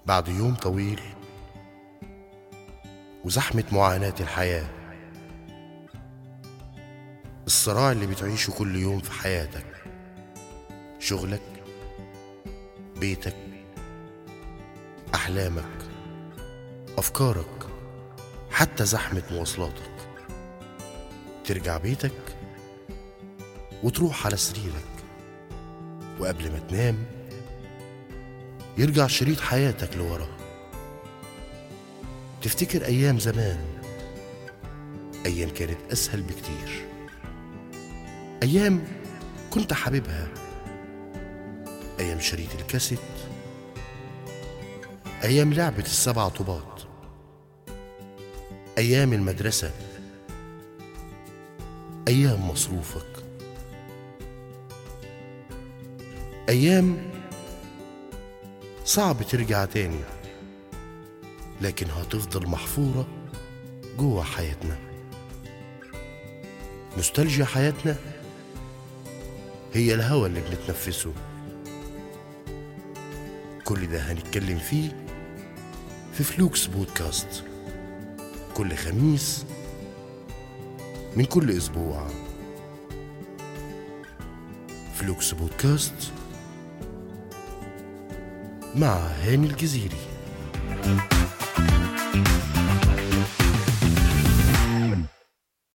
بعد يوم طويل وزحمة معاناة الحياة، الصراع اللي بتعيشه كل يوم في حياتك، شغلك، بيتك، أحلامك، أفكارك، حتى زحمة مواصلاتك. ترجع بيتك وتروح على سريرك، وقبل ما تنام يرجع شريط حياتك لورا. تفتكر أيام زمان، أيام كانت أسهل بكتير، أيام كنت حاببها، أيام شريط الكاسيت، أيام لعبة السبع طوبات، أيام المدرسة، أيام مصروفك، أيام صعب ترجع تاني، لكن هتفضل محفورة جوه حياتنا. نوستالجيا حياتنا هي الهوى اللي بنتنفسه. كل ده هنتكلم فيه في فلوكس بودكاست كل خميس من كل أسبوع. فلوكس بودكاست مع هاني الجزيري.